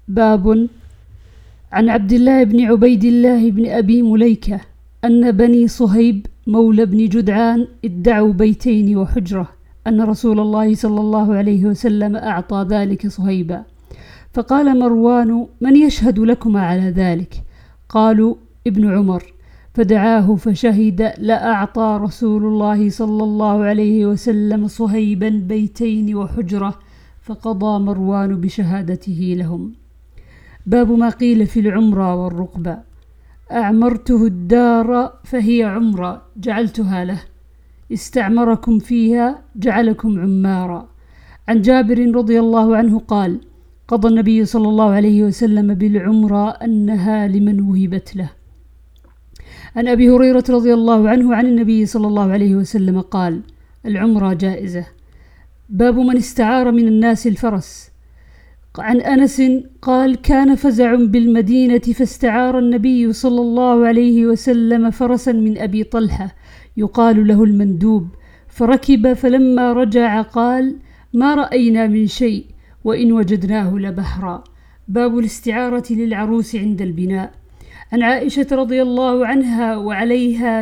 باب. عن عبد الله بن عبيد الله بن أبي مليكة أن بني صهيب مولى بن جدعان ادعوا بيتين وحجرة أن رسول الله صلى الله عليه وسلم أعطى ذلك صهيبا، فقال مروان: من يشهد لكما على ذلك؟ قالوا: ابن عمر. فدعاه فشهد: لأعطى رسول الله صلى الله عليه وسلم صهيبا بيتين وحجرة، فقضى مروان بشهادته لهم. باب ما قيل في العمرة والرقبة. أعمرته الدار فهي عمرة جعلتها له، استعمركم فيها جعلكم عمارا. عن جابر رضي الله عنه قال: قضى النبي صلى الله عليه وسلم بالعمرة أنها لمن وهبت له. عن أبي هريرة رضي الله عنه عن النبي صلى الله عليه وسلم قال: العمرة جائزة. باب من استعار من الناس الفرس. عن أنس قال: كان فزع بالمدينة فاستعار النبي صلى الله عليه وسلم فرسا من أبي طلحة يقال له المندوب، فركب، فلما رجع قال: ما رأينا من شيء وإن وجدناه لبحرا. باب الاستعارة للعروس عند البناء. عن عائشة رضي الله عنها وعليها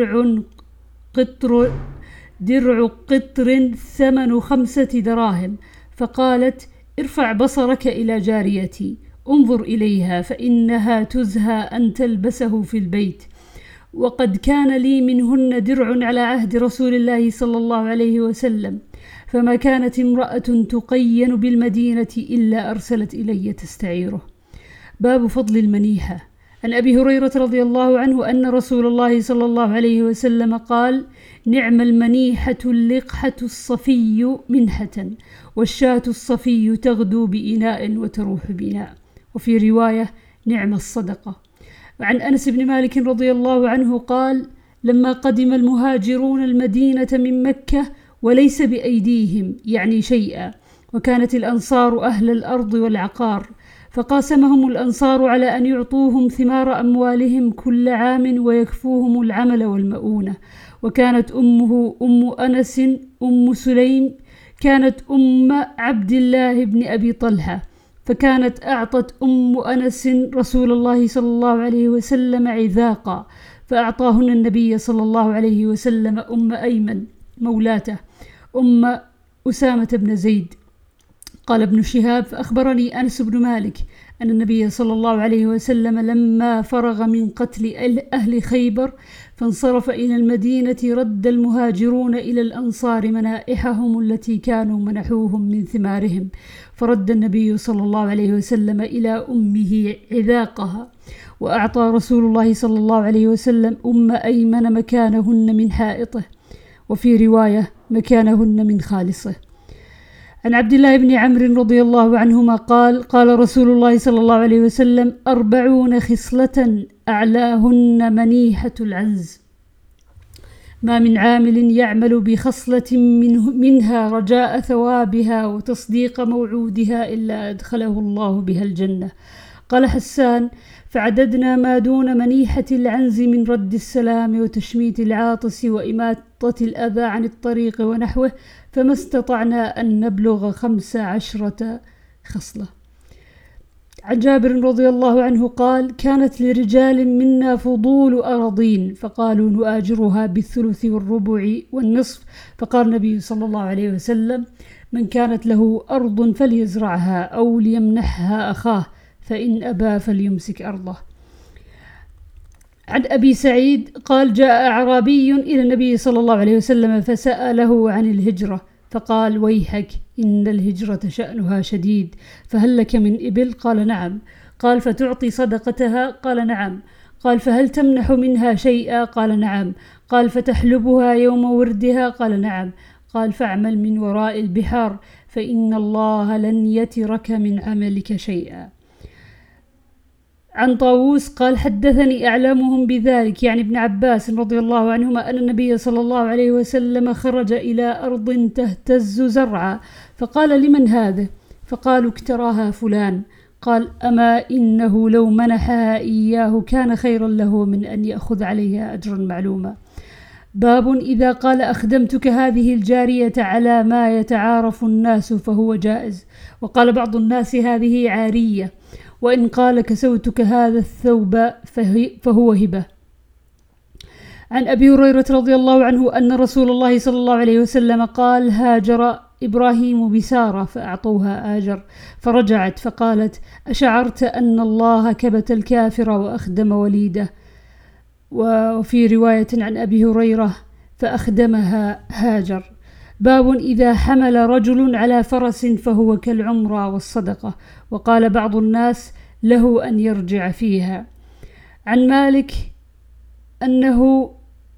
درع قطر ثمن 5 دراهم، فقالت: ارفع بصرك إلى جاريتي، انظر إليها فإنها تزهى أن تلبسه في البيت، وقد كان لي منهن درع على عهد رسول الله صلى الله عليه وسلم، فما كانت امرأة تقين بالمدينة إلا أرسلت إلي تستعيره. باب فضل المنيحة. عن أبي هريرة رضي الله عنه أن رسول الله صلى الله عليه وسلم قال: نعم المنيحة اللقحة الصفي منحة، والشاة الصفي تغدو بإناء وتروح بإناء. وفي رواية: نعم الصدقة. وعن أنس بن مالك رضي الله عنه قال: لما قدم المهاجرون المدينة من مكة وليس بأيديهم يعني شيئا، وكانت الأنصار أهل الأرض والعقار، فقاسمهم الأنصار على أن يعطوهم ثمار أموالهم كل عام ويكفوهم العمل والمؤونة. وكانت أمه أم أنس أم سليم كانت أم عبد الله بن أبي طلحة، فكانت أعطت أم أنس رسول الله صلى الله عليه وسلم عذاقا، فأعطاهن النبي صلى الله عليه وسلم أم أيمن مولاته أم أسامة بن زيد. قال ابن شهاب: فأخبرني أنس بن مالك أن النبي صلى الله عليه وسلم لما فرغ من قتل أهل خيبر فانصرف إلى المدينة رد المهاجرون إلى الأنصار منائحهم التي كانوا منحوهم من ثمارهم، فرد النبي صلى الله عليه وسلم إلى أمه عذاقها، وأعطى رسول الله صلى الله عليه وسلم أم أيمن مكانهن من حائطه، وفي رواية: مكانهن من خالصه. عن عبد الله بن عمرو رضي الله عنهما قال: قال رسول الله صلى الله عليه وسلم: 40 خصلة أعلاهن منيحة العنز، ما من عامل يعمل بخصلة منها رجاء ثوابها وتصديق موعودها إلا أدخله الله بها الجنة. قال حسان: فعددنا ما دون منيحة العنز من رد السلام وتشميت العاطس وإماطة الأذى عن الطريق ونحوه، فما استطعنا أن نبلغ 15 خصلة. عن جابر رضي الله عنه قال: كانت لرجال منا فضول أراضين، فقالوا نؤاجرها بالثلث والربع والنصف، فقال النبي صلى الله عليه وسلم: من كانت له أرض فليزرعها أو ليمنحها أخاه، فإن أبى فليمسك أرضه. عن أبي سعيد قال: جاء أعرابي إلى النبي صلى الله عليه وسلم فسأله عن الهجرة، فقال: ويحك، إن الهجرة شأنها شديد، فهل لك من إبل؟ قال: نعم. قال: فتعطي صدقتها؟ قال: نعم. قال: فهل تمنح منها شيئا؟ قال: نعم. قال: فتحلبها يوم وردها؟ قال: نعم. قال: فاعمل من وراء البحار، فإن الله لن يترك من عملك شيئا. عن طاووس قال: حدثني أعلامهم بذلك يعني ابن عباس رضي الله عنهما أن النبي صلى الله عليه وسلم خرج إلى أرض تهتز زرعا، فقال: لمن هذا؟ فقالوا: اكتراها فلان. قال: أما إنه لو منحها إياه كان خيرا له من أن يأخذ عليها أجرا معلوما. باب إذا قال أخدمتك هذه الجارية على ما يتعارف الناس فهو جائز. وقال بعض الناس هذه عارية، وإن قال كسوتك هذا الثوب فهو هبة. عن أبي هريرة رضي الله عنه أن رسول الله صلى الله عليه وسلم قال: هاجر إبراهيم بسارة فأعطوها آجر، فرجعت فقالت: أشعرت أن الله كبت الكافر وأخدم وليده. وفي رواية عن أبي هريرة: فأخدمها هاجر. باب إذا حمل رجل على فرس فهو كالعمرة والصدقة. وقال بعض الناس: له أن يرجع فيها. عن مالك أنه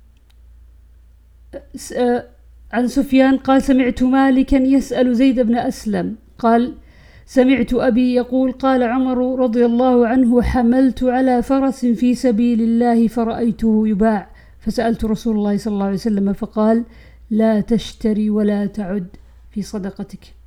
عن سفيان قال: سمعت مالكا يسأل زيد بن أسلم قال: سمعت أبي يقول: قال عمر رضي الله عنه: حملت على فرس في سبيل الله فرأيته يباع، فسألت رسول الله صلى الله عليه وسلم فقال: لا تشتري ولا تعد في صدقتك.